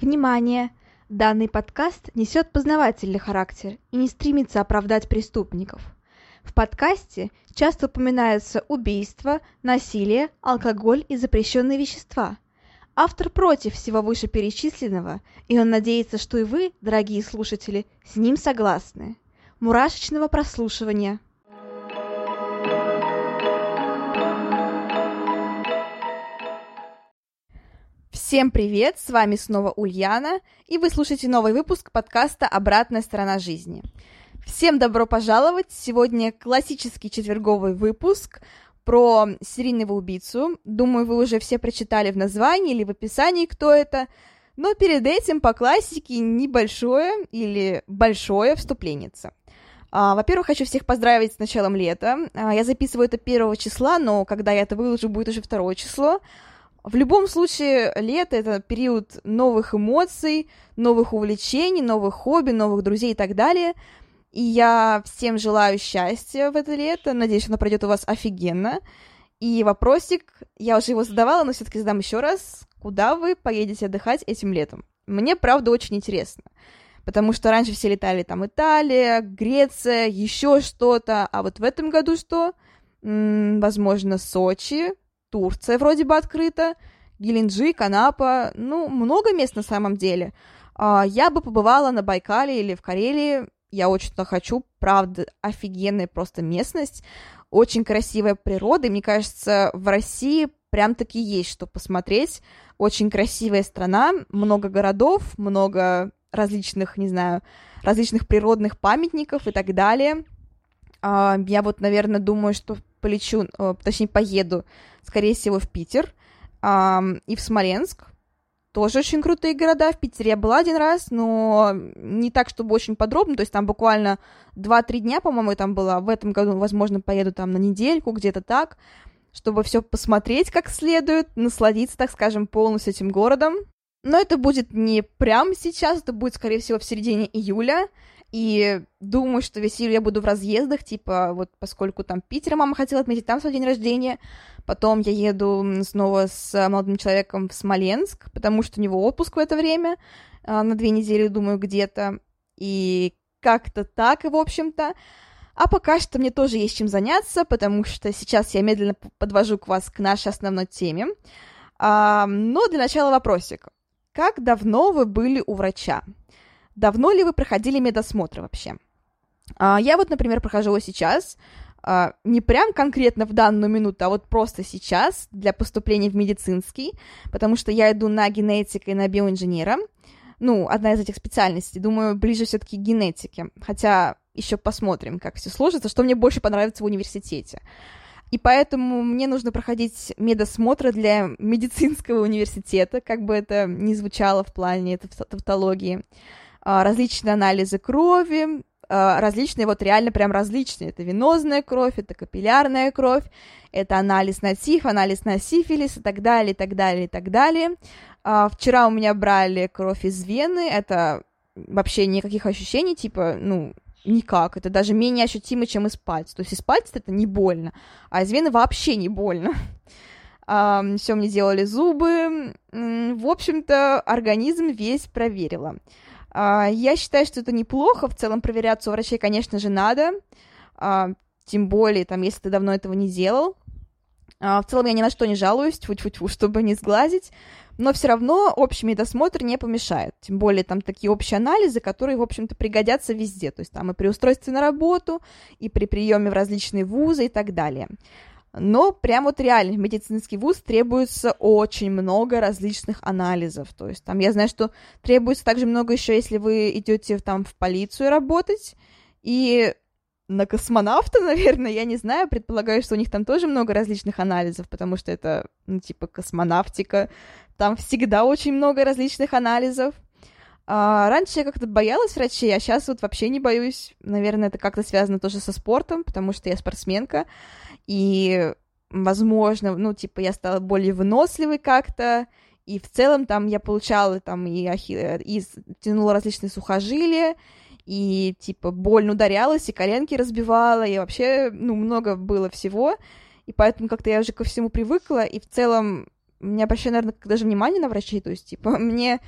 Внимание! Данный подкаст несет познавательный характер и не стремится оправдать преступников. В подкасте часто упоминаются убийства, насилие, алкоголь и запрещенные вещества. Автор против всего вышеперечисленного, и он надеется, что и вы, дорогие слушатели, с ним согласны. Мурашечного прослушивания! Всем привет, с вами снова Ульяна, и вы слушаете новый выпуск подкаста «Обратная сторона жизни». Всем добро пожаловать! Сегодня классический четверговый выпуск про серийного убийцу. Думаю, вы уже все прочитали в названии или в описании, кто это. Но перед этим по классике небольшое или большое вступленица. Во-первых, хочу всех поздравить с началом лета. Я записываю это 1 числа, но когда я это выложу, будет уже 2 число. В любом случае, лето — это период новых эмоций, новых увлечений, новых хобби, новых друзей и так далее. И я всем желаю счастья в это лето. Надеюсь, оно пройдет у вас офигенно. И вопросик, я уже его задавала, но все-таки задам еще раз. Куда вы поедете отдыхать этим летом? Мне, правда, очень интересно. Потому что раньше все летали там Италия, Греция, еще что-то. А вот в этом году что? Возможно, Сочи. Турция вроде бы открыта, Геленджик, Анапа, много мест на самом деле. Я бы побывала на Байкале или в Карелии, я очень туда хочу, правда, офигенная просто местность, очень красивая природа, и мне кажется, в России прям-таки есть что посмотреть, очень красивая страна, много городов, много различных, различных природных памятников и так далее. Я вот, наверное, думаю, что поеду, скорее всего, в Питер и в Смоленск. Тоже очень крутые города. В Питере я была 1 раз, но не так, чтобы очень подробно. То есть там буквально 2-3 дня, по-моему, я там была. В этом году, возможно, поеду там на недельку, где-то так, чтобы все посмотреть как следует, насладиться, так скажем, полностью этим городом. Но это будет не прямо сейчас, это будет, скорее всего, в середине июля. И думаю, что весь июль я буду в разъездах, поскольку там Питер мама хотела отметить там свой день рождения. Потом я еду снова с молодым человеком в Смоленск, потому что у него отпуск в это время, на 2 недели, думаю, где-то. И как-то так, в общем-то. А пока что мне тоже есть чем заняться, потому что сейчас я медленно подвожу вас к нашей основной теме. Но для начала вопросик. Как давно вы были у врача? Давно ли вы проходили медосмотр вообще? Я вот, например, прохожу его сейчас, не прям конкретно в данную минуту, а вот просто сейчас для поступления в медицинский, потому что я иду на генетика и на биоинженера. Одна из этих специальностей. Думаю, ближе все-таки к генетике. Хотя еще посмотрим, как все сложится, что мне больше понравится в университете. И поэтому мне нужно проходить медосмотры для медицинского университета, как бы это ни звучало в плане тавтологии. Различные анализы крови, различные, вот реально прям различные. Это венозная кровь, это капиллярная кровь, это анализ на ТИФ, анализ на сифилис и так далее, и так далее, и так далее. Вчера у меня брали кровь из вены, это вообще никаких ощущений, никак. Это даже менее ощутимо, чем из пальца. То есть из пальца это не больно, а из вены вообще не больно. Все, мне делали зубы. В общем-то, организм весь проверила. Я считаю, что это неплохо, в целом проверяться у врачей, конечно же, надо, тем более, если ты давно этого не делал. В целом я ни на что не жалуюсь, тьфу-тьфу-тьфу, чтобы не сглазить, но все равно общий медосмотр не помешает, тем более там такие общие анализы, которые, в общем-то, пригодятся везде, то есть там и при устройстве на работу, и при приеме в различные вузы и так далее. Но прям вот реально в медицинский вуз требуется очень много различных анализов. То есть там я знаю, что требуется также много еще, если вы идете там в полицию работать. И на космонавта, наверное, я не знаю, предполагаю, что у них там тоже много различных анализов, потому что это, космонавтика. Там всегда очень много различных анализов. Раньше я как-то боялась врачей, а сейчас вот вообще не боюсь. Наверное, это как-то связано тоже со спортом, потому что я спортсменка. И, возможно, я стала более выносливой как-то, и в целом там я получала и тянула различные сухожилия, и, больно ударялась, и коленки разбивала, и вообще, много было всего, и поэтому как-то я уже ко всему привыкла, и в целом не обращаю, наверное, даже внимания на врачей, то есть, мне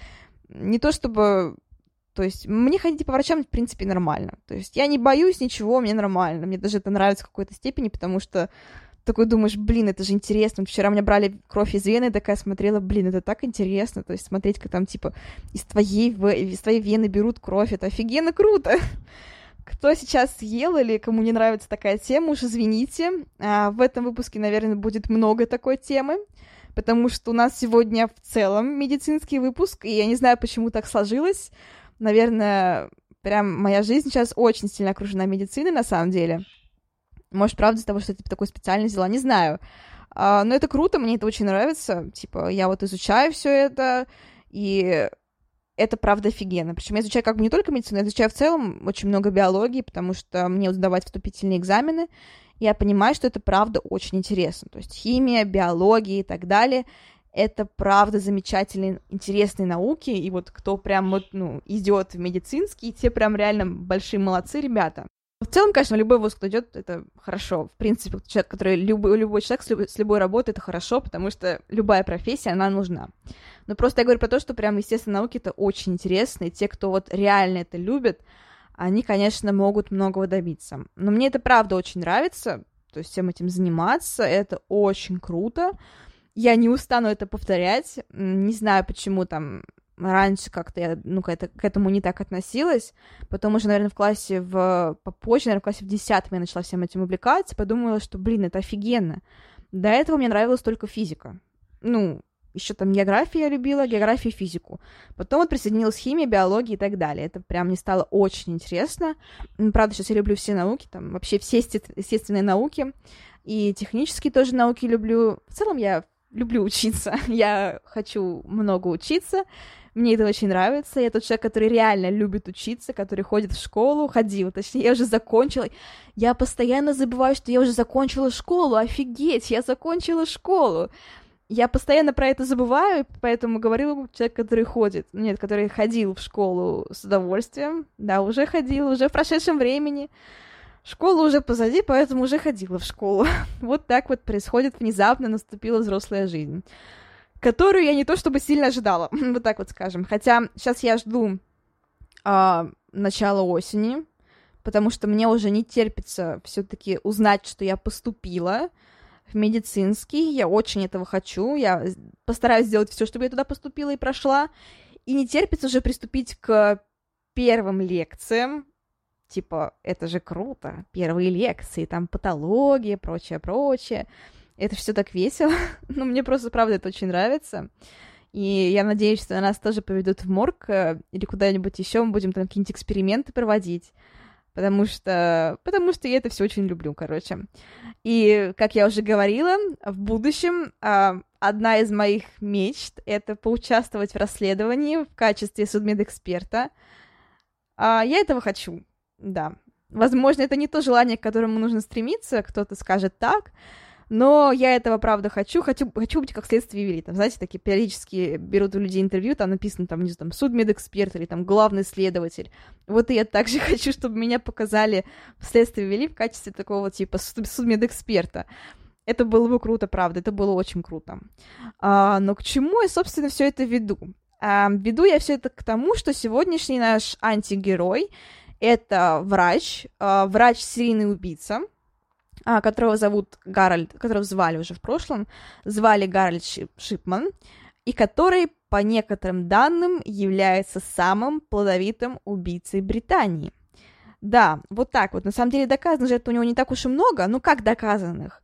Не то чтобы... То есть мне ходить по врачам, в принципе, нормально. То есть я не боюсь ничего, мне нормально. Мне даже это нравится в какой-то степени, потому что такой думаешь, блин, это же интересно. Вот вчера мне брали кровь из вены, такая смотрела, блин, это так интересно. То есть смотреть, как там, типа, из твоей вены берут кровь, это офигенно круто. Кто сейчас ел или кому не нравится такая тема, уж извините. В этом выпуске, наверное, будет много такой темы, потому что у нас сегодня в целом медицинский выпуск, и я не знаю, почему так сложилось. Наверное, прям моя жизнь сейчас очень сильно окружена медициной, на самом деле. Может, правда, из-за того, что я такой специально взяла, не знаю. Но это круто, мне это очень нравится. Типа, я вот изучаю все это, и это правда офигенно. Причем я изучаю как бы не только медицину, я изучаю в целом очень много биологии, потому что мне вот сдавать вступительные экзамены. Я понимаю, что это правда очень интересно. То есть химия, биология и так далее. Это правда замечательные, интересные науки. И вот кто прям вот, идет в медицинский, те прям реально большие молодцы ребята. В целом, конечно, любой вуз, кто идет, это хорошо. В принципе, человек, который любой человек с любой работой, это хорошо, потому что любая профессия, она нужна. Но просто я говорю про то, что прям, естественно, науки это очень интересно, и те, кто вот реально это любит, они, конечно, могут многого добиться. Но мне это правда очень нравится, то есть всем этим заниматься, это очень круто. Я не устану это повторять, не знаю, почему там раньше как-то я, к этому не так относилась, потом уже, наверное, попозже, наверное, в классе в 10 я начала всем этим увлекаться, подумала, что, блин, это офигенно. До этого мне нравилась только физика. Еще там географию я любила, географию и физику. Потом вот присоединилась химия, биология и так далее. Это прям мне стало очень интересно. Правда, сейчас я люблю все науки, там вообще все естественные науки, и технические тоже науки люблю. В целом я люблю учиться, я хочу много учиться, мне это очень нравится, я тот человек, который реально любит учиться, который ходит в школу, точнее, я уже закончила, я постоянно забываю, что я уже закончила школу, офигеть, я закончила школу, я постоянно про это забываю, поэтому говорю человек, который ходил в школу с удовольствием, да, уже ходил, уже в прошедшем времени, школа уже позади, поэтому уже ходила в школу. Вот так вот происходит, внезапно наступила взрослая жизнь, которую я не то чтобы сильно ожидала, вот так вот скажем. Хотя сейчас я жду начала осени, потому что мне уже не терпится все-таки узнать, что я поступила в медицинский. Я очень этого хочу. Я постараюсь сделать все, чтобы я туда поступила и прошла. И не терпится уже приступить к первым лекциям. Типа, это же круто, первые лекции, там патология, прочее. Это все так весело. Но мне просто, правда, это очень нравится. И я надеюсь, что нас тоже поведут в морг или куда-нибудь еще, мы будем там какие-нибудь эксперименты проводить. Потому что я это все очень люблю, короче. И, как я уже говорила, в будущем одна из моих мечт — это поучаствовать в расследовании в качестве судмедэксперта. Я этого хочу. Да, возможно, это не то желание, к которому нужно стремиться, кто-то скажет так, но я этого, правда, хочу быть как следствие вели. Там, знаете, такие периодически берут у людей интервью, там написано, там, не знаю, там, судмедэксперт или там главный следователь. Вот и я также хочу, чтобы меня показали в следствие вели в качестве такого типа судмедэксперта. Это было бы круто, правда, это было очень круто. Но к чему я, собственно, все это веду? Веду я все это к тому, что сегодняшний наш антигерой — это врач-серийный убийца, которого зовут Гарольд, которого звали уже в прошлом, звали Гарольд Шипман, и который, по некоторым данным, является самым плодовитым убийцей Британии. Да, вот так вот. На самом деле доказано же это у него не так уж и много, как доказанных.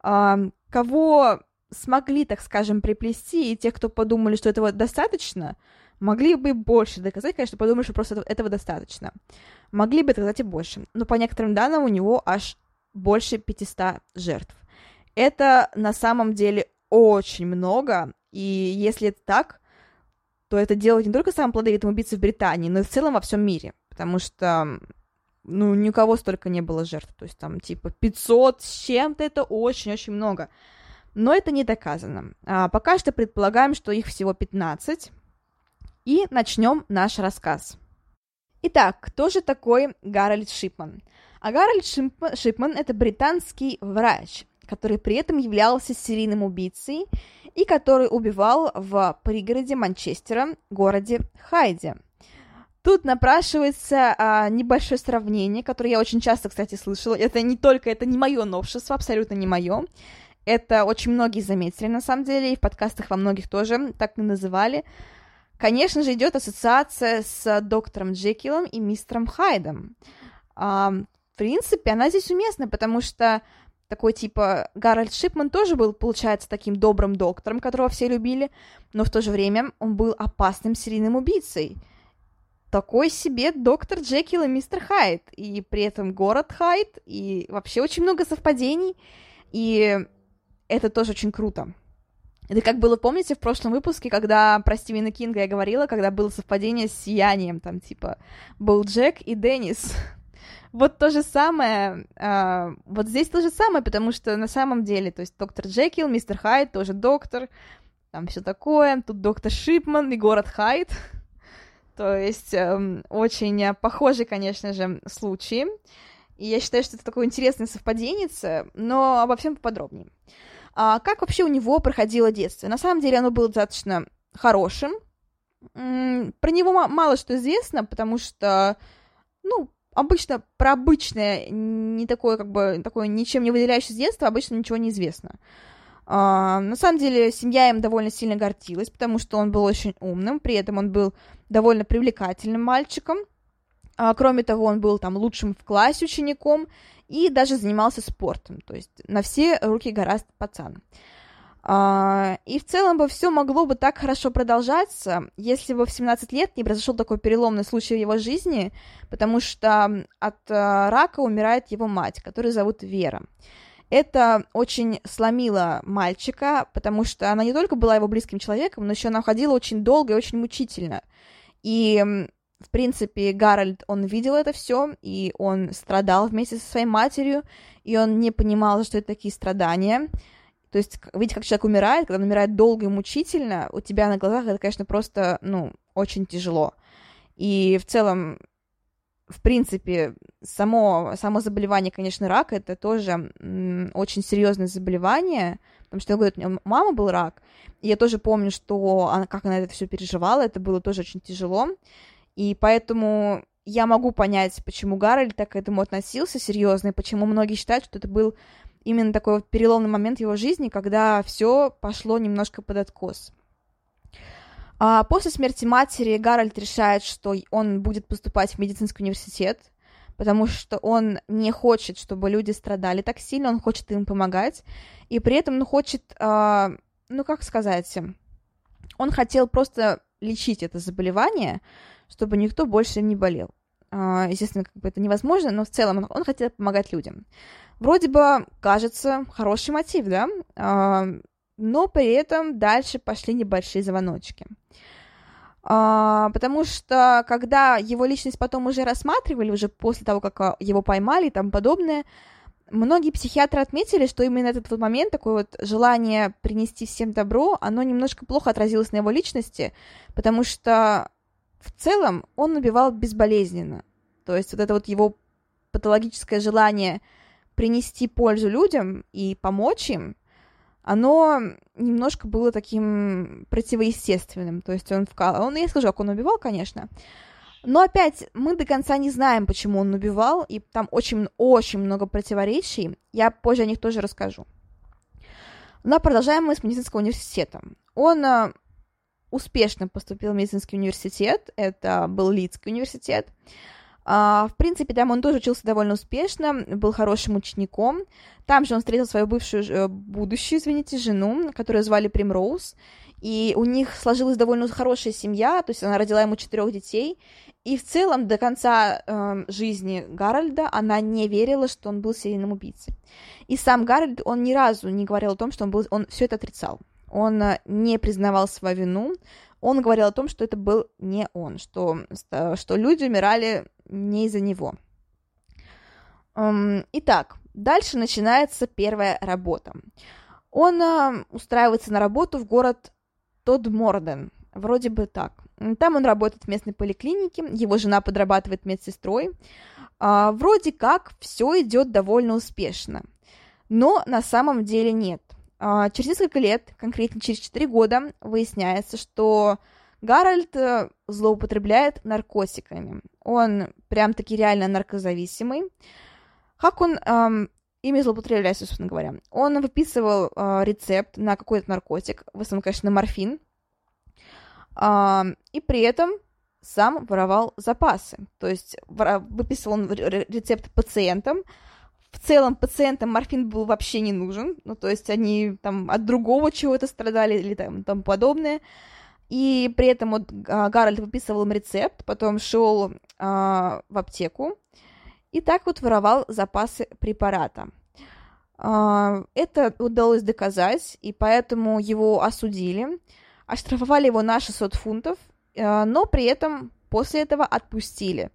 Кого смогли, так скажем, приплести, и те, кто подумали, что этого достаточно, могли бы больше доказать, конечно, подумали, что просто этого достаточно. Могли бы доказать и больше. Но по некоторым данным у него аж больше 500 жертв. Это на самом деле очень много, и если это так, то это делает не только самым плодовитым убийцей в Британии, но и в целом во всем мире, потому что, ни у кого столько не было жертв, то есть там типа 500 с чем-то, это очень-очень много. Но это не доказано. Пока что предполагаем, что их всего 15. И начнем наш рассказ. Итак, кто же такой Гарольд Шипман? Гарольд Шипман — это британский врач, который при этом являлся серийным убийцей и который убивал в пригороде Манчестера, городе Хайде. Тут напрашивается небольшое сравнение, которое я очень часто, кстати, слышала. Это не мое новшество, абсолютно не мое. Это очень многие заметили, на самом деле, и в подкастах во многих тоже так и называли. Конечно же, идет ассоциация с доктором Джекилом и мистером Хайдом. В принципе, она здесь уместна, потому что такой типа Гарольд Шипман тоже был, получается, таким добрым доктором, которого все любили, но в то же время он был опасным серийным убийцей. Такой себе доктор Джекил и мистер Хайд, и при этом город Хайд, и вообще очень много совпадений, и это тоже очень круто. Это как было, помните, в прошлом выпуске, когда про Стивена Кинга я говорила, когда было совпадение с Сиянием, там типа был Джек и Деннис. Вот то же самое, вот здесь то же самое, потому что на самом деле, то есть доктор Джекил, мистер Хайд, тоже доктор, там все такое, тут доктор Шипман и город Хайд. То есть очень похожие, конечно же, случаи. И я считаю, что это такое интересное совпадение, но обо всем поподробнее. Как вообще у него проходило детство? На самом деле оно было достаточно хорошим. Про него мало что известно, потому что, обычно про обычное, не такое, такое ничем не выделяющееся детство, обычно ничего не известно. На самом деле, семья им довольно сильно гордилась, потому что он был очень умным, при этом он был довольно привлекательным мальчиком. Кроме того, он был там лучшим в классе учеником и даже занимался спортом, то есть на все руки гораздо пацан. И в целом бы все могло бы так хорошо продолжаться, если бы в 17 лет не произошел такой переломный случай в его жизни, потому что от рака умирает его мать, которую зовут Вера. Это очень сломило мальчика, потому что она не только была его близким человеком, но еще она уходила очень долго и очень мучительно. И, в принципе, Гарольд, он видел это все, и он страдал вместе со своей матерью, и он не понимал, за что это такие страдания. То есть, видеть, как человек умирает, когда он умирает долго и мучительно, у тебя на глазах это, конечно, просто, очень тяжело. И в целом, в принципе, само заболевание, конечно, рак, это тоже очень серьезное заболевание, потому что, я говорю, у меня мама был рак, и я тоже помню, как она это все переживала, это было тоже очень тяжело, и поэтому я могу понять, почему Гарольд так к этому относился серьезно, и почему многие считают, что это был именно такой вот переломный момент в его жизни, когда все пошло немножко под откос. После смерти матери Гарольд решает, что он будет поступать в медицинский университет, потому что он не хочет, чтобы люди страдали так сильно, он хочет им помогать, и при этом он хочет, он хотел просто лечить это заболевание, чтобы никто больше не болел. Естественно, это невозможно, но в целом он хотел помогать людям. Вроде бы, кажется, хороший мотив, да? Но при этом дальше пошли небольшие звоночки. Потому что, когда его личность потом уже рассматривали, уже после того, как его поймали и тому подобное, многие психиатры отметили, что именно этот вот момент, такое вот желание принести всем добро, оно немножко плохо отразилось на его личности, потому что в целом он убивал безболезненно. То есть вот это вот его патологическое желание принести пользу людям и помочь им, оно немножко было таким противоестественным. То есть я скажу, как он убивал, конечно, но опять мы до конца не знаем, почему он убивал, и там очень-очень много противоречий, я позже о них тоже расскажу. Но продолжаем мы с медицинского университета. Он успешно поступил в медицинский университет, это был Лидский университет. В принципе, там он тоже учился довольно успешно, был хорошим учеником. Там же он встретил свою будущую жену, которую звали Примроуз, и у них сложилась довольно хорошая семья, то есть она родила ему 4 детей, и в целом до конца жизни Гарольда она не верила, что он был серийным убийцей. И сам Гарольд, он ни разу не говорил о том, что он все это отрицал. Он не признавал свою вину, он говорил о том, что это был не он, что люди умирали не из-за него. Итак, дальше начинается первая работа. Он устраивается на работу в город Тодморден, вроде бы так. Там он работает в местной поликлинике, его жена подрабатывает медсестрой. Вроде как все идет довольно успешно. Но на самом деле нет. Через несколько лет, конкретно через 4 года, выясняется, что Гарольд злоупотребляет наркотиками. Он прям-таки реально наркозависимый. Как он ими злоупотребляет, собственно говоря? Он выписывал рецепт на какой-то наркотик, в основном, конечно, на морфин, и при этом сам воровал запасы. То есть выписывал он рецепт пациентам. В целом пациентам морфин был вообще не нужен, ну, то есть они там от другого чего-то страдали или там тому подобное. И при этом вот Гарольд выписывал им рецепт, потом шел в аптеку и так вот воровал запасы препарата. Это удалось доказать, и поэтому его осудили, оштрафовали его на 600 фунтов, но при этом после этого отпустили.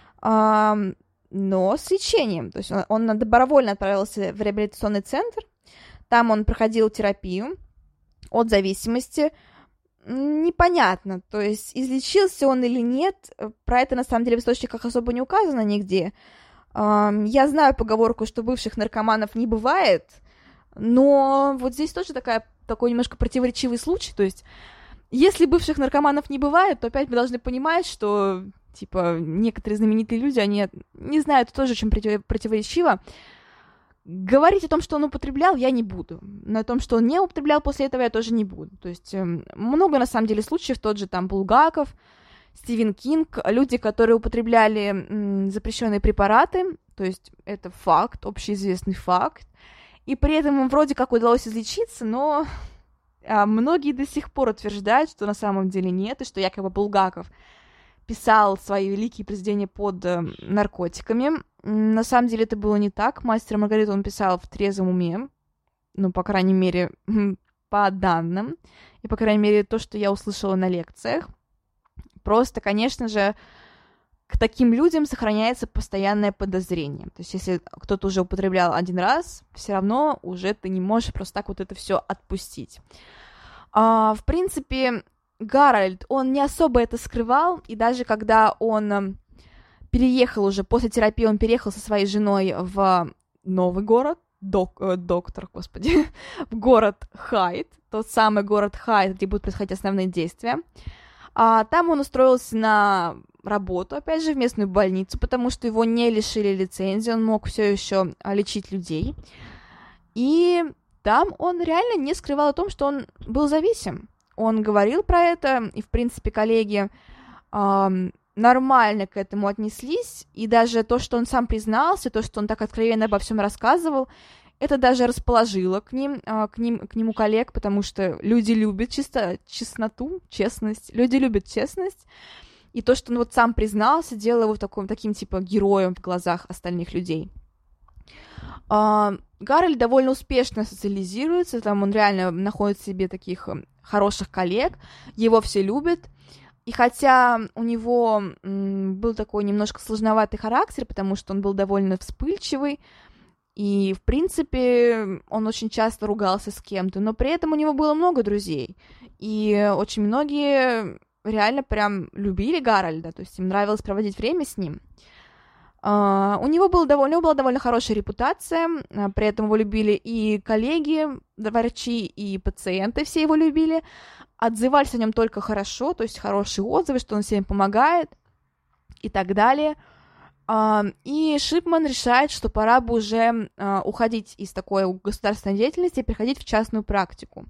Но с лечением. То есть он добровольно отправился в реабилитационный центр, там он проходил терапию от зависимости. Непонятно, то есть излечился он или нет, про это на самом деле в источниках особо не указано нигде. Я знаю поговорку, что бывших наркоманов не бывает, но вот здесь тоже такой немножко противоречивый случай, то есть если бывших наркоманов не бывает, то опять мы должны понимать, что типа некоторые знаменитые люди, они, не знаю, это тоже очень противоречиво. Говорить о том, что он употреблял, я не буду. Но о том, что он не употреблял после этого, я тоже не буду. То есть много, на самом деле, случаев, тот же там Булгаков, Стивен Кинг, люди, которые употребляли запрещенные препараты, то есть это факт, общеизвестный факт, и при этом им вроде как удалось излечиться, но многие до сих пор утверждают, что на самом деле нет, и что якобы Булгаков писал свои великие произведения под наркотиками. На самом деле это было не так. «Мастер и Маргариту» он писал в трезвом уме, ну, по крайней мере, по данным, и, по крайней мере, то, что я услышала на лекциях. Просто, конечно же, к таким людям сохраняется постоянное подозрение. То есть, если кто-то уже употреблял один раз, все равно уже ты не можешь просто так вот это все отпустить. В принципе, Гарольд, он не особо это скрывал, и даже когда он переехал уже, после терапии он переехал со своей женой в новый город, в город Хайд, тот самый город Хайд, где будут происходить основные действия. Там он устроился на работу, опять же, в местную больницу, потому что его не лишили лицензии, он мог все еще лечить людей. И там он реально не скрывал о том, что он был зависим. Он говорил про это, и, в принципе, коллеги нормально к этому отнеслись, и даже то, что он сам признался, то, что он так откровенно обо всем рассказывал, это даже расположило к нему коллег, потому что люди любят честность, люди любят честность, и то, что он вот сам признался, делало его таким типа героем в глазах остальных людей. Гарольд довольно успешно социализируется, там он реально находит себе таких хороших коллег, его все любят, и хотя у него был такой немножко сложноватый характер, потому что он был довольно вспыльчивый, и, в принципе, он очень часто ругался с кем-то, но при этом у него было много друзей, и очень многие реально прям любили Гарольда, то есть им нравилось проводить время с ним. У него была довольно хорошая репутация, при этом его любили и коллеги, врачи, и пациенты все его любили, отзывались о нем только хорошо, то есть хорошие отзывы, что он всем помогает и так далее. И Шипман решает, что пора бы уже уходить из такой государственной деятельности и переходить в частную практику.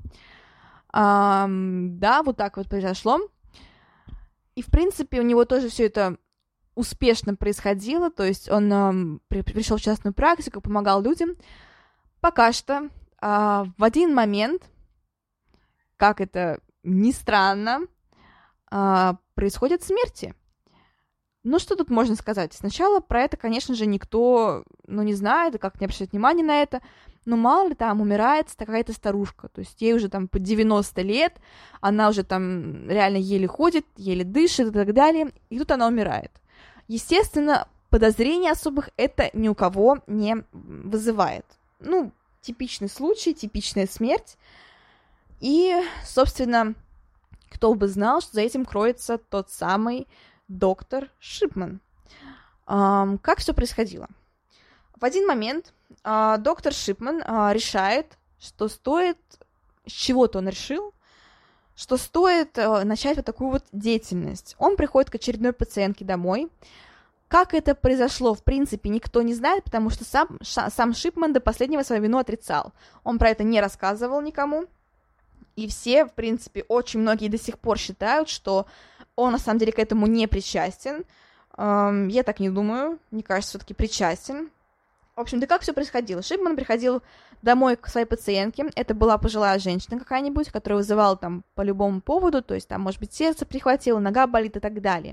Да, вот так вот произошло. И, в принципе, у него тоже все это успешно происходило, то есть он пришел в частную практику, помогал людям, пока что в один момент, как это ни странно, происходят смерти. Ну, что тут можно сказать? Сначала про это, конечно же, никто, не знает, как не обращает внимания на это, но мало ли там умирает какая-то старушка, то есть ей уже там по 90 лет, она уже там реально еле ходит, еле дышит и так далее, и тут она умирает. Естественно, подозрений особых это ни у кого не вызывает. Ну, типичный случай, типичная смерть. И, собственно, кто бы знал, что за этим кроется тот самый доктор Шипман. Как все происходило? В один момент доктор Шипман решает, что стоит, с чего-то он решил, что стоит начать вот такую вот деятельность. Он приходит к очередной пациентке домой. Как это произошло, в принципе, никто не знает, потому что сам Шипман до последнего свою вину отрицал. Он про это не рассказывал никому. И все, в принципе, очень многие до сих пор считают, что он на самом деле к этому не причастен. Я так не думаю, мне кажется, все-таки причастен. В общем, да как все происходило? Шипман приходил домой к своей пациентке, это была пожилая женщина какая-нибудь, которая вызывала там по любому поводу, то есть там, может быть, сердце прихватило, нога болит и так далее.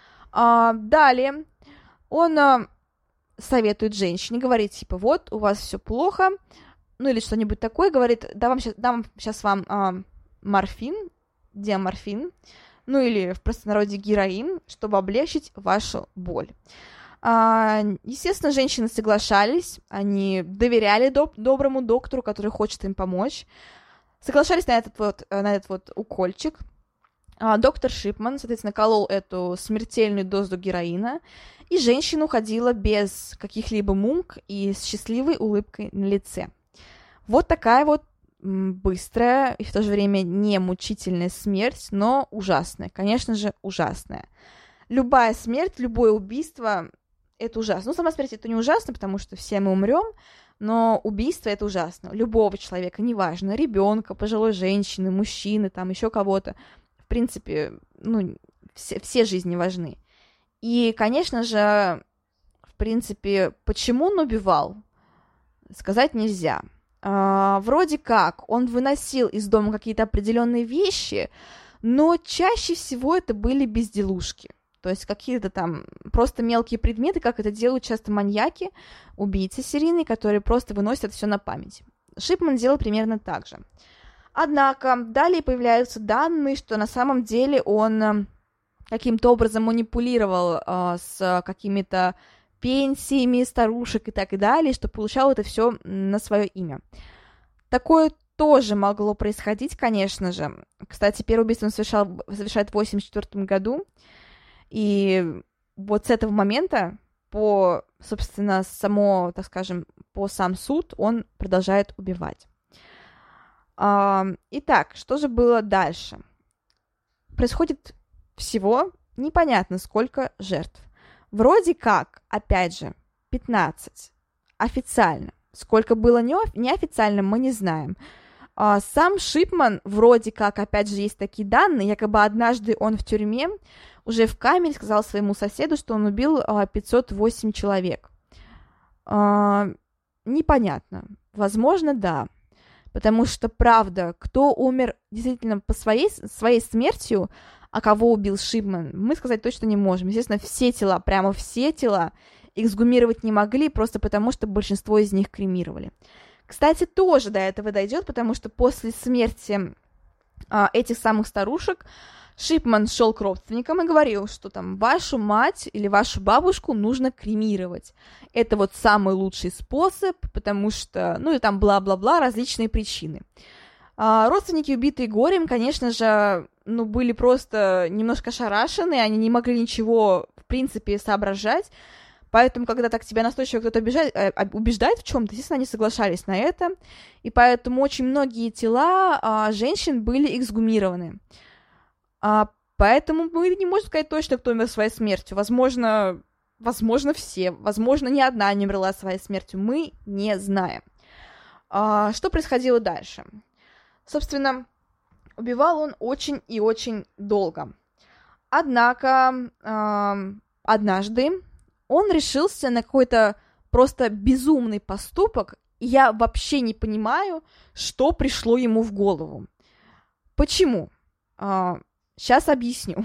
Далее он советует женщине, говорит, типа, вот, у вас все плохо, ну или что-нибудь такое, говорит, дам сейчас вам морфин, диаморфин, ну или в простонародье героин, чтобы облегчить вашу боль. Естественно, женщины соглашались, они доверяли доброму доктору, который хочет им помочь, соглашались на этот вот укольчик. Доктор Шипман, соответственно, колол эту смертельную дозу героина, и женщина уходила без каких-либо мук и с счастливой улыбкой на лице. Вот такая вот быстрая и в то же время не мучительная смерть, но ужасная, конечно же, ужасная. Любая смерть, любое убийство — это ужасно. Ну, сама смерть — это не ужасно, потому что все мы умрем, но убийство — это ужасно. Любого человека, неважно, ребенка, пожилой женщины, мужчины, там еще кого-то. В принципе, ну, все жизни важны. И, конечно же, в принципе, почему он убивал, сказать нельзя. Вроде как он выносил из дома какие-то определенные вещи, но чаще всего это были безделушки. То есть какие-то там просто мелкие предметы, как это делают часто маньяки, убийцы серийные, которые просто выносят все на память. Шипман делал примерно так же. Однако далее появляются данные, что на самом деле он каким-то образом манипулировал с какими-то пенсиями старушек и так далее, что получал это все на свое имя. Такое тоже могло происходить, конечно же. Кстати, первое убийство он совершает в 1984 году. И вот с этого момента по сам суд он продолжает убивать. Итак, что же было дальше? Происходит всего непонятно сколько жертв. Вроде как, опять же, 15 официально. Сколько было неофициально, мы не знаем. Сам Шипман, вроде как, опять же, есть такие данные, якобы однажды он в тюрьме уже в камере сказал своему соседу, что он убил 508 человек. Непонятно. Возможно, да. Потому что, правда, кто умер действительно по своей смертью, а кого убил Шипман, мы сказать точно не можем. Естественно, прямо все тела эксгумировать не могли, просто потому что большинство из них кремировали. Кстати, тоже до этого дойдет, потому что после смерти этих самых старушек Шипман шел к родственникам и говорил, что там вашу мать или вашу бабушку нужно кремировать. Это вот самый лучший способ, потому что, ну и там бла-бла-бла, различные причины. Родственники, убитые горем, конечно же, ну, были просто немножко ошарашены, они не могли ничего, в принципе, соображать. Поэтому, когда так тебя настойчиво кто-то убеждает в чем-то, естественно, они соглашались на это. И поэтому очень многие тела женщин были эксгумированы. Поэтому мы не можем сказать точно, кто умер своей смертью. Возможно, все. Возможно, ни одна не умерла своей смертью. Мы не знаем. Что происходило дальше? Собственно, убивал он очень и очень долго. Однако, однажды он решился на какой-то просто безумный поступок, и я вообще не понимаю, что пришло ему в голову. Почему? Сейчас объясню.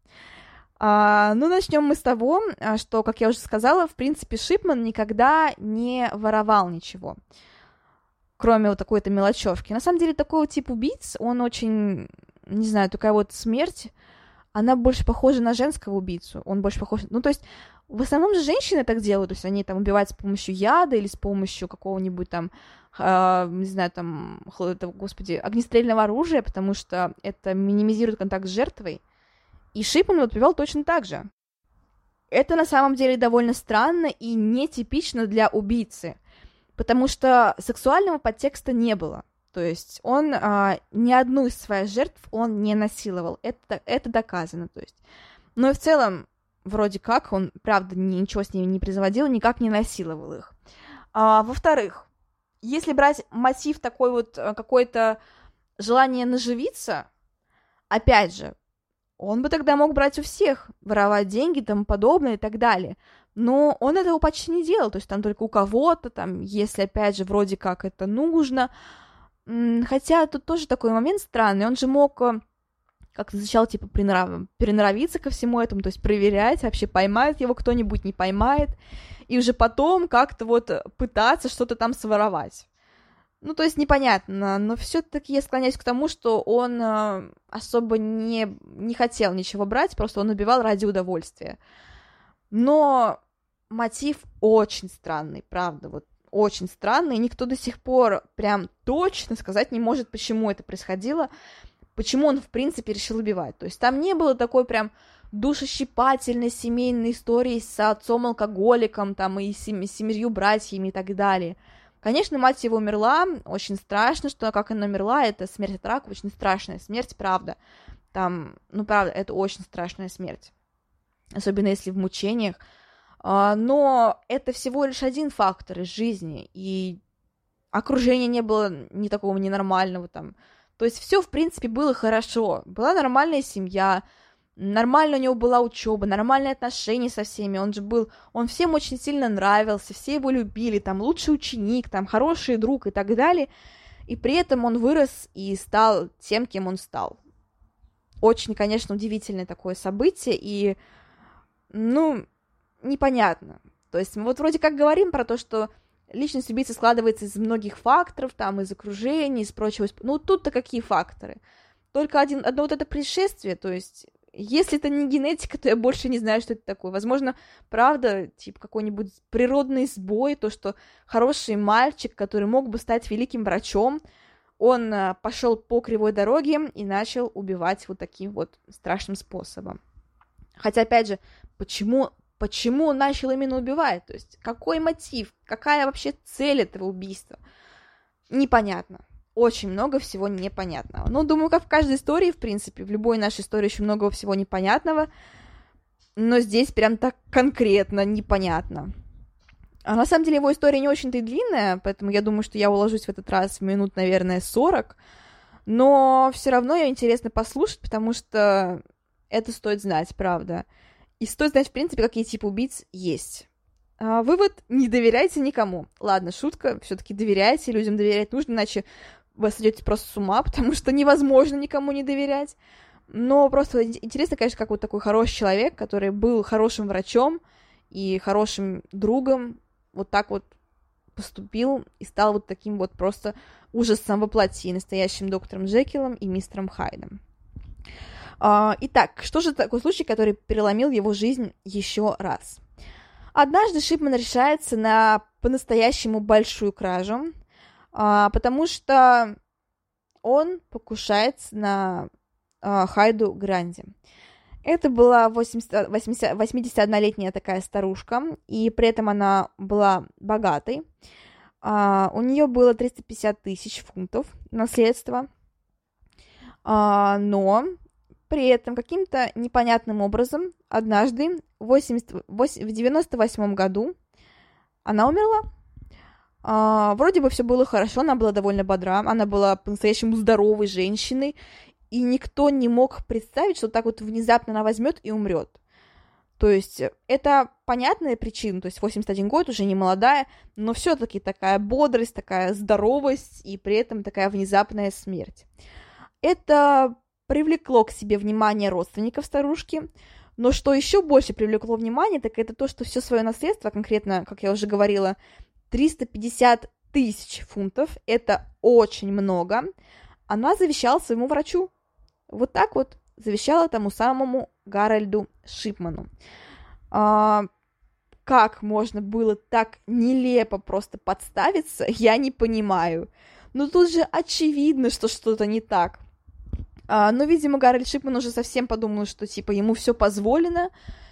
Начнем мы с того, что, как я уже сказала, в принципе, Шипман никогда не воровал ничего, кроме вот такой-то мелочевки. На самом деле, такой вот тип убийц, он очень, не знаю, такая вот смерть, она больше похожа на женского убийцу, он больше похож... Ну, то есть, в основном же женщины так делают, то есть они там убивают с помощью яда или с помощью какого-нибудь там, не знаю, там, огнестрельного оружия, потому что это минимизирует контакт с жертвой. И Шипман вот убивал точно так же. это на самом деле довольно странно и нетипично для убийцы, потому что сексуального подтекста не было. То есть он ни одну из своих жертв он не насиловал. Это доказано. То есть. Но и в целом, вроде как, он, правда, ничего с ними не производил, никак не насиловал их. Во-вторых, если брать мотив такой вот, какое-то желание наживиться, опять же, он бы тогда мог брать у всех, воровать деньги и тому подобное и так далее. Но он этого почти не делал, то есть там только у кого-то, там, если, опять же, вроде как это нужно. Хотя тут тоже такой момент странный, он же мог как-то сначала, типа, приноровиться ко всему этому, то есть проверять, вообще поймает его кто-нибудь, не поймает, и уже потом как-то вот пытаться что-то там своровать. Ну, то есть непонятно, но все-таки я склоняюсь к тому, что он особо не хотел ничего брать, просто он убивал ради удовольствия. Но мотив очень странный, правда, вот очень странный, и никто до сих пор прям точно сказать не может, почему это происходило, почему он, в принципе, решил убивать. То есть там не было такой прям душещипательной семейной истории с отцом-алкоголиком, там, и семерью братьями и так далее. Конечно, мать его умерла, очень страшно, что как она умерла, это смерть от рака, очень страшная смерть, правда. Там, ну, правда, это очень страшная смерть, особенно если в мучениях. Но это всего лишь один фактор из жизни, и окружения не было ни такого ненормального там. То есть все, в принципе, было хорошо. Была нормальная семья, нормально у него была учеба, нормальные отношения со всеми, он всем очень сильно нравился, все его любили, там, лучший ученик, там, хороший друг и так далее, и при этом он вырос и стал тем, кем он стал. Очень, конечно, удивительное такое событие, и, ну, непонятно. То есть мы вот вроде как говорим про то, что личность убийцы складывается из многих факторов, там, из окружения, из прочего. Ну, тут-то какие факторы? Только одно вот это происшествие, то есть, если это не генетика, то я больше не знаю, что это такое. Возможно, правда, типа, какой-нибудь природный сбой, то, что хороший мальчик, который мог бы стать великим врачом, он пошел по кривой дороге и начал убивать вот таким вот страшным способом. Хотя, опять же, почему он начал именно убивать? То есть, какой мотив? Какая вообще цель этого убийства? Непонятно. Очень много всего непонятного. Ну, думаю, как в каждой истории, в принципе, в любой нашей истории очень много всего непонятного, но здесь прям так конкретно непонятно. А на самом деле его история не очень-то и длинная, поэтому я думаю, что я уложусь в этот раз в минут, наверное, 40, но все равно ее интересно послушать, потому что это стоит знать, правда. И стоит знать, в принципе, какие типы убийц есть. Вывод: не доверяйте никому. Ладно, шутка, все-таки доверяйте, людям доверять нужно, иначе вы сойдете просто с ума, потому что невозможно никому не доверять. Но просто интересно, конечно, как вот такой хороший человек, который был хорошим врачом и хорошим другом, вот так вот поступил и стал вот таким вот просто ужасом воплоти, настоящим доктором Джекилом и мистером Хайдом. Итак, что же такой случай, который переломил его жизнь еще раз? Однажды Шипман решается на по-настоящему большую кражу, потому что он покушается на Хайду Гранди. Это была 81-летняя такая старушка, и при этом она была богатой. У нее было 350 тысяч фунтов наследства, но при этом каким-то непонятным образом однажды в 98 году она умерла. Вроде бы все было хорошо, она была довольно бодра, она была по-настоящему здоровой женщиной, и никто не мог представить, что так вот внезапно она возьмет и умрет. То есть это понятная причина, то есть 81 год, уже не молодая, но все-таки такая бодрость, такая здоровость и при этом такая внезапная смерть. Это привлекло к себе внимание родственников старушки, но что еще больше привлекло внимание, так это то, что все свое наследство, конкретно, как я уже говорила, 350 тысяч фунтов, это очень много, она завещала своему врачу. Вот так вот завещала тому самому Гарольду Шипману. Как можно было так нелепо просто подставиться, я не понимаю. Но тут же очевидно, что что-то не так. Но, видимо, Гарольд Шипман уже совсем подумал, что, типа, ему все позволено,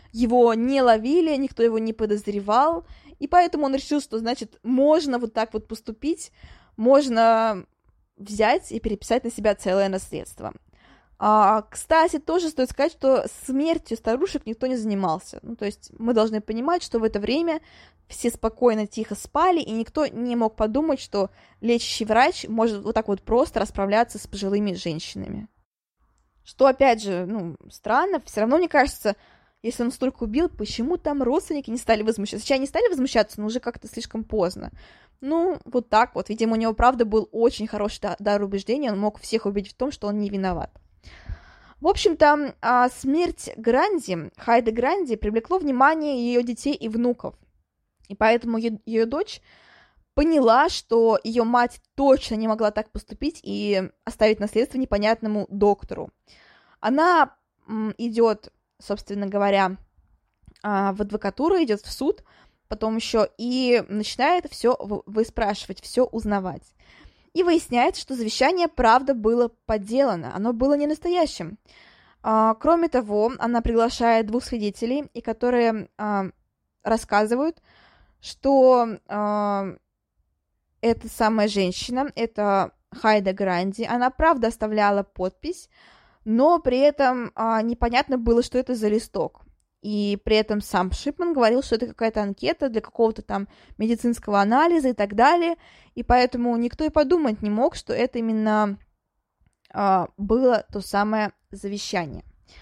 его не ловили, никто его не подозревал, и поэтому он решил, что, значит, можно вот так вот поступить, можно взять и переписать на себя целое наследство. Кстати, тоже стоит сказать, что смертью старушек никто не занимался. Ну, то есть мы должны понимать, что в это время все спокойно, тихо спали, и никто не мог подумать, что лечащий врач может вот так вот просто расправляться с пожилыми женщинами. Что, опять же, странно, все равно, мне кажется, если он столько убил, почему там родственники не стали возмущаться? Сейчас они стали возмущаться, но уже как-то слишком поздно. Вот так вот. Видимо, у него, правда, был очень хороший дар убеждения, он мог всех убедить в том, что он не виноват. В общем-то, смерть Гранди, Хайды Гранди, привлекло внимание ее детей и внуков. И поэтому ее дочь поняла, что ее мать точно не могла так поступить и оставить наследство непонятному доктору. Она идет, собственно говоря, в адвокатуру, идет в суд, потом еще и начинает все выспрашивать, все узнавать. И выясняется, что завещание, правда, было подделано, оно было не настоящим. Кроме того, она приглашает 2 свидетелей, и которые рассказывают, что эта самая женщина, это Хайда Гранди, она, правда, оставляла подпись, но при этом непонятно было, что это за листок. И при этом сам Шипман говорил, что это какая-то анкета для какого-то там медицинского анализа и так далее, и поэтому никто и подумать не мог, что это именно было то самое завещание.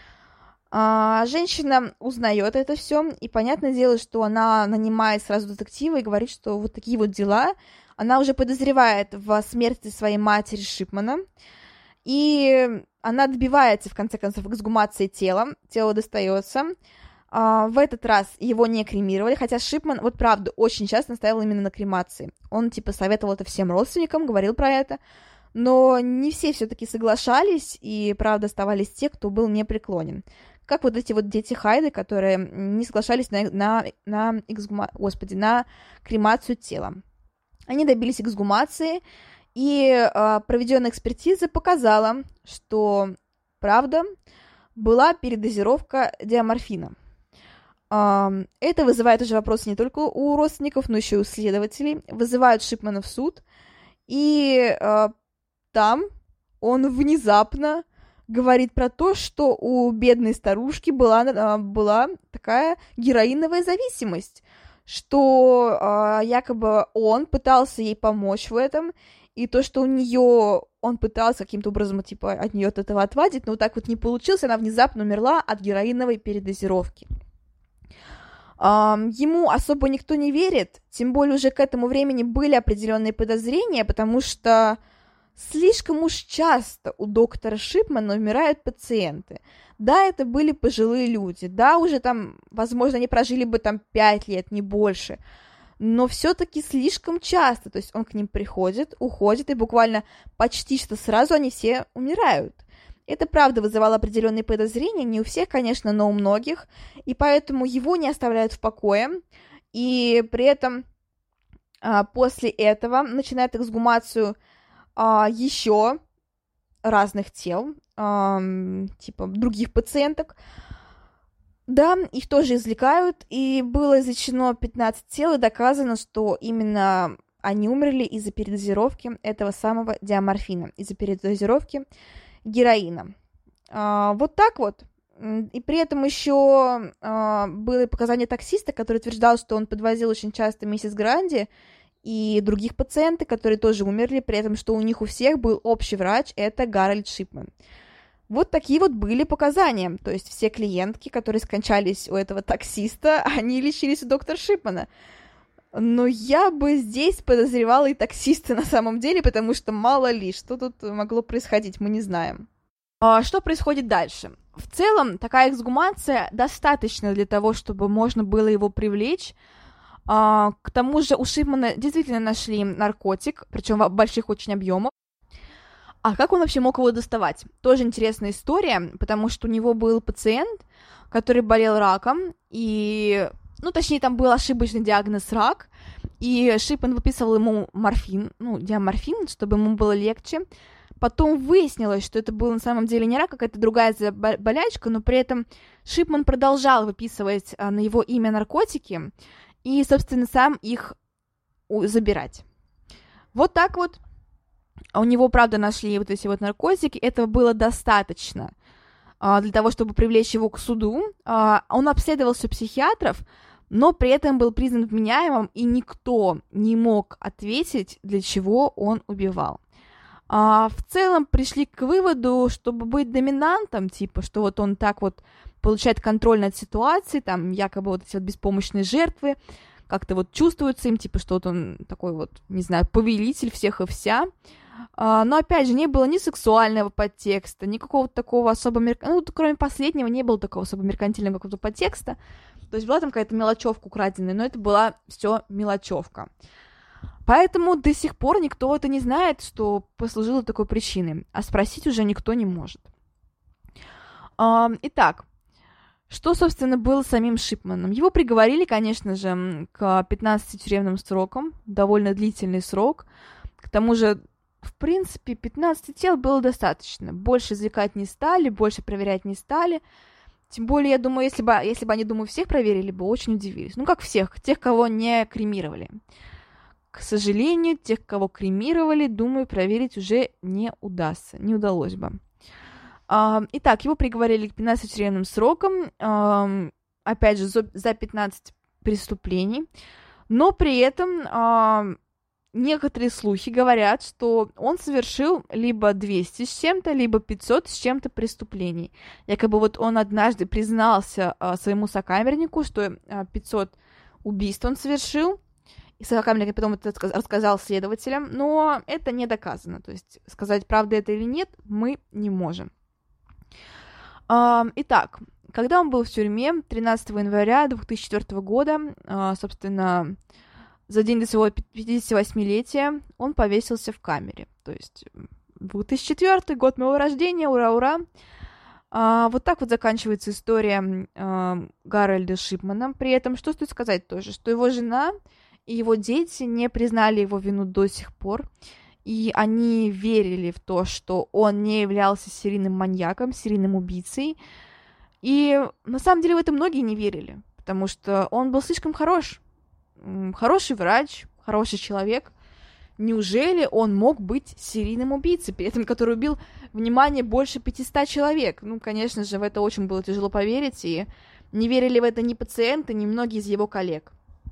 Женщина узнает это все, и понятное дело, что она нанимает сразу детектива и говорит, что вот такие вот дела. Она уже подозревает в смерти своей матери Шипмана, и она добивается, в конце концов, эксгумации тела. Тело достается. В этот раз его не кремировали, хотя Шипман, вот правда, очень часто настаивал именно на кремации. Он, советовал это всем родственникам, говорил про это, но не все все-таки соглашались, и, правда, оставались те, кто был непреклонен. Как вот эти вот дети Хайды, которые не соглашались на кремацию тела. Они добились эксгумации, и проведенная экспертиза показала, что, правда, была передозировка диаморфина. Это вызывает уже вопросы не только у родственников, но еще и у следователей. Вызывают Шипмана в суд, и там он внезапно говорит про то, что у бедной старушки была такая героиновая зависимость, что якобы он пытался ей помочь в этом, и то, что он пытался каким-то образом, от нее от этого отвадить, но вот так вот не получилось, она внезапно умерла от героиновой передозировки. Ему особо никто не верит, тем более уже к этому времени были определенные подозрения, потому что слишком уж часто у доктора Шипмана умирают пациенты. Да, это были пожилые люди, да, уже там, возможно, они прожили бы там 5 лет, не больше, но все-таки слишком часто, то есть он к ним приходит, уходит, и буквально почти что сразу они все умирают. Это, правда, вызывало определенные подозрения, не у всех, конечно, но у многих, и поэтому его не оставляют в покое, и при этом после этого начинает эксгумацию еще разных тел, других пациенток. Да, их тоже извлекают, и было извлечено 15 тел, и доказано, что именно они умерли из-за передозировки этого самого диаморфина, из-за передозировки героина. Вот так вот. И при этом еще было показание таксиста, который утверждал, что он подвозил очень часто миссис Гранди и других пациентов, которые тоже умерли, при этом, что у них у всех был общий врач, это Гарольд Шипман. Вот такие вот были показания. То есть все клиентки, которые скончались у этого таксиста, они лечились у доктора Шипмана. Но я бы здесь подозревала и таксиста на самом деле, потому что мало ли, что тут могло происходить, мы не знаем. Что происходит дальше? В целом, такая эксгумация достаточно для того, чтобы можно было его привлечь. К тому же у Шипмана действительно нашли наркотик, причем в больших очень объемах. А как он вообще мог его доставать? Тоже интересная история, потому что у него был пациент, который болел раком, и... точнее, там был ошибочный диагноз рак, и Шипман выписывал ему морфин, диаморфин, чтобы ему было легче. Потом выяснилось, что это был на самом деле не рак, а какая-то другая болячка, но при этом Шипман продолжал выписывать на его имя наркотики и, собственно, сам их забирать. Вот так вот. У него, правда, нашли вот эти вот наркотики. Этого было достаточно для того, чтобы привлечь его к суду. Он обследовался у психиатров, но при этом был признан вменяемым, и никто не мог ответить, для чего он убивал. В целом пришли к выводу, чтобы быть доминантом, типа, что вот он так вот получает контроль над ситуацией, там якобы вот эти вот беспомощные жертвы как-то вот чувствуются им, типа, что вот он такой вот, не знаю, повелитель всех и вся. Но, опять же, не было ни сексуального подтекста, ни какого-то такого особо... Ну, кроме последнего, не было такого особо меркантильного какого-то подтекста. То есть была там какая-то мелочевка украденная, но это была все мелочевка. Поэтому до сих пор никто это не знает, что послужило такой причиной, а спросить уже никто не может. Итак, что, собственно, было с самим Шипманом? Его приговорили, конечно же, к 15 тюремным срокам, довольно длительный срок. К тому же, в принципе, 15 тел было достаточно. Больше извлекать не стали, больше проверять не стали. Тем более, я думаю, если бы они, думаю, всех проверили бы, очень удивились. Ну, как всех, тех, кого не кремировали. К сожалению, тех, кого кремировали, думаю, проверить уже не удастся, не удалось бы. Итак, его приговорили к 15 тюремным срокам, опять же, за 15 преступлений, но при этом некоторые слухи говорят, что он совершил либо 200 с чем-то, либо 500 с чем-то преступлений. Якобы вот он однажды признался своему сокамернику, что 500 убийств он совершил, и сокамерник потом это рассказал следователям, но это не доказано, то есть сказать, правда это или нет, мы не можем. Итак, когда он был в тюрьме, 13 января 2004 года, собственно, за день до своего 58-летия он повесился в камере. То есть 2004 год моего рождения, ура-ура! Вот так вот заканчивается история Гарольда Шипмана. При этом, что стоит сказать тоже, что его жена и его дети не признали его вину до сих пор, и они верили в то, что он не являлся серийным маньяком, серийным убийцей. И на самом деле в это многие не верили, потому что он был слишком хорош. Хороший врач, хороший человек. Неужели он мог быть серийным убийцей, при этом который убил, внимание, больше 500 человек? Ну, конечно же, в это очень было тяжело поверить, и не верили в это ни пациенты, ни многие из его коллег.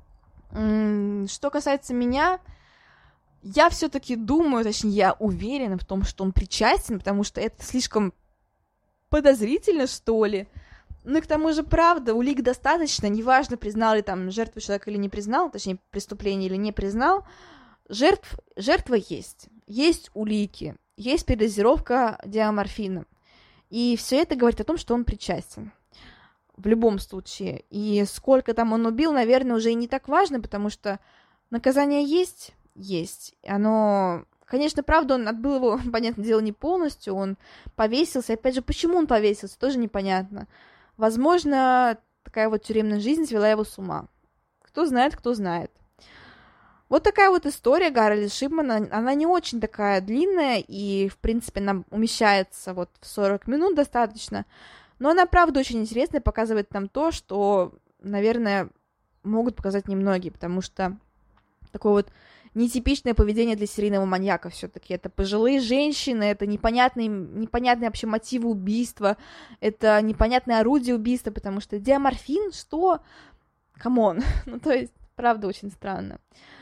Что касается меня, я все-таки думаю, точнее, я уверена в том, что он причастен, потому что это слишком подозрительно, что ли. Ну и к тому же, правда, улик достаточно, неважно, признал ли там жертву человек или не признал, точнее, преступление или не признал, жертва есть. Есть улики, есть передозировка диаморфина. И все это говорит о том, что он причастен. В любом случае. И сколько там он убил, наверное, уже и не так важно, потому что наказание есть. Оно, конечно, правда, он отбыл его, понятное дело, не полностью, он повесился. Опять же, почему он повесился, тоже непонятно. Возможно, такая вот тюремная жизнь свела его с ума. Кто знает, кто знает. Вот такая вот история Гарольда Шипмана. Она не очень такая длинная, и, в принципе, она умещается вот в 40 минут достаточно. Но она, правда, очень интересная, показывает нам то, что, наверное, могут показать немногие, потому что такое вот нетипичное поведение для серийного маньяка все-таки. Это пожилые женщины, это непонятные вообще мотивы убийства, это непонятное орудие убийства, потому что диаморфин, что? Камон. Ну, то есть, правда, очень странно.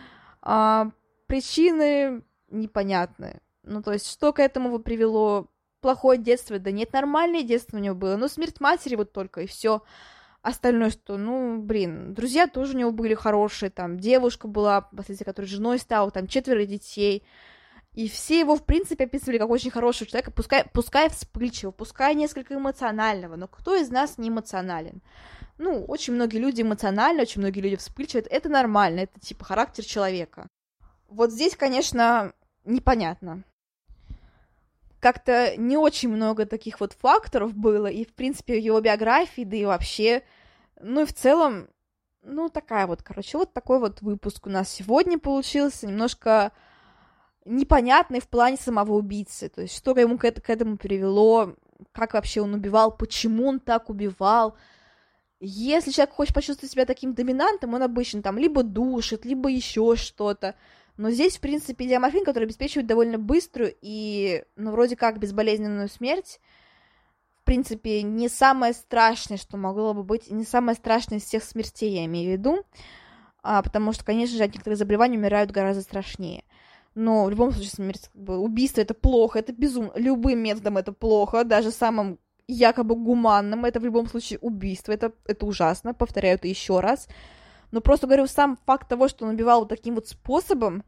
Причины непонятны. Ну, то есть, что к этому привело? Плохое детство? Да нет, нормальное детство у него было. Ну, смерть матери вот только, и все. Остальное, что, друзья тоже у него были хорошие, там, девушка была, последствия которой женой стала, там, 4 детей, и все его, в принципе, описывали как очень хорошего человека, пускай вспыльчивого, пускай несколько эмоционального, но кто из нас не эмоционален? Ну, очень многие люди эмоциональны, очень многие люди вспыльчивые, это нормально, это, типа, характер человека. Вот здесь, конечно, непонятно. Как-то не очень много таких вот факторов было, и, в принципе, в его биографии, да и вообще, ну и в целом, такая вот, вот такой вот выпуск у нас сегодня получился, немножко непонятный в плане самого убийцы, то есть что ему к этому привело, как вообще он убивал, почему он так убивал. Если человек хочет почувствовать себя таким доминантом, он обычно там либо душит, либо еще что-то. Но здесь, в принципе, диаморфин, который обеспечивает довольно быструю и, вроде как безболезненную смерть, в принципе, не самое страшное, что могло бы быть, не самое страшное из всех смертей, я имею в виду, потому что, конечно же, от некоторых заболеваний умирают гораздо страшнее. Но в любом случае смерть, убийство — это плохо, это безумно, любым методом это плохо, даже самым якобы гуманным, это в любом случае убийство, это ужасно, повторяю это еще раз. Но просто говорю, сам факт того, что он убивал вот таким вот способом,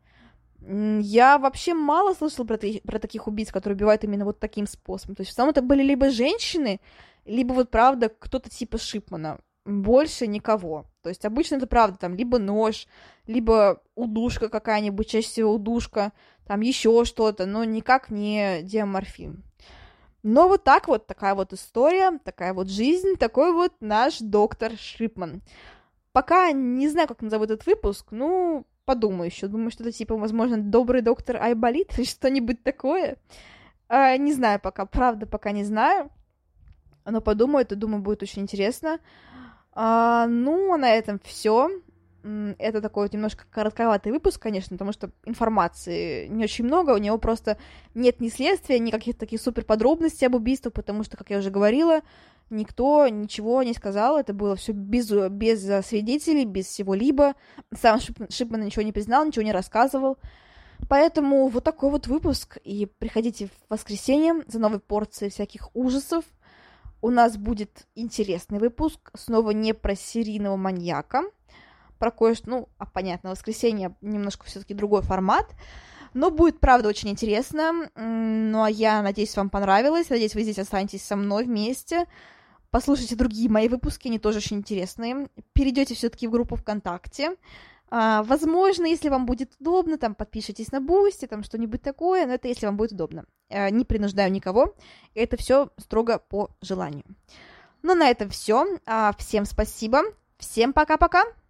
я вообще мало слышала про таких убийц, которые убивают именно вот таким способом. То есть в основном это были либо женщины, либо вот правда кто-то типа Шипмана. Больше никого. То есть обычно это правда там либо нож, либо удушка какая-нибудь, чаще всего удушка, там еще что-то, но никак не диаморфин. Но вот так вот, такая вот история, такая вот жизнь, такой вот наш доктор Шипман. Пока не знаю, как назову этот выпуск, подумаю еще. Думаю, что-то типа, возможно, добрый доктор Айболит или что-нибудь такое. Не знаю пока, правда, пока не знаю. Но подумаю, это, думаю, будет очень интересно. А на этом все. Это такой вот немножко коротковатый выпуск, конечно, потому что информации не очень много, у него просто нет ни следствия, ни каких-то таких супер подробностей об убийствах, потому что, как я уже говорила, никто ничего не сказал, это было все без свидетелей, без всего-либо. Сам Шипман ничего не признал, ничего не рассказывал. Поэтому вот такой вот выпуск, и приходите в воскресенье за новой порцией всяких ужасов. У нас будет интересный выпуск, снова не про серийного маньяка, про кое-что, понятно, воскресенье немножко все-таки другой формат, но будет, правда, очень интересно. А я надеюсь, вам понравилось, надеюсь, вы здесь останетесь со мной вместе, послушайте другие мои выпуски, они тоже очень интересные, перейдете все-таки в группу ВКонтакте. Возможно, если вам будет удобно, там, подпишитесь на Бусти, там, что-нибудь такое, но это если вам будет удобно. Не принуждаю никого, это все строго по желанию. На этом все. Всем спасибо, всем пока-пока!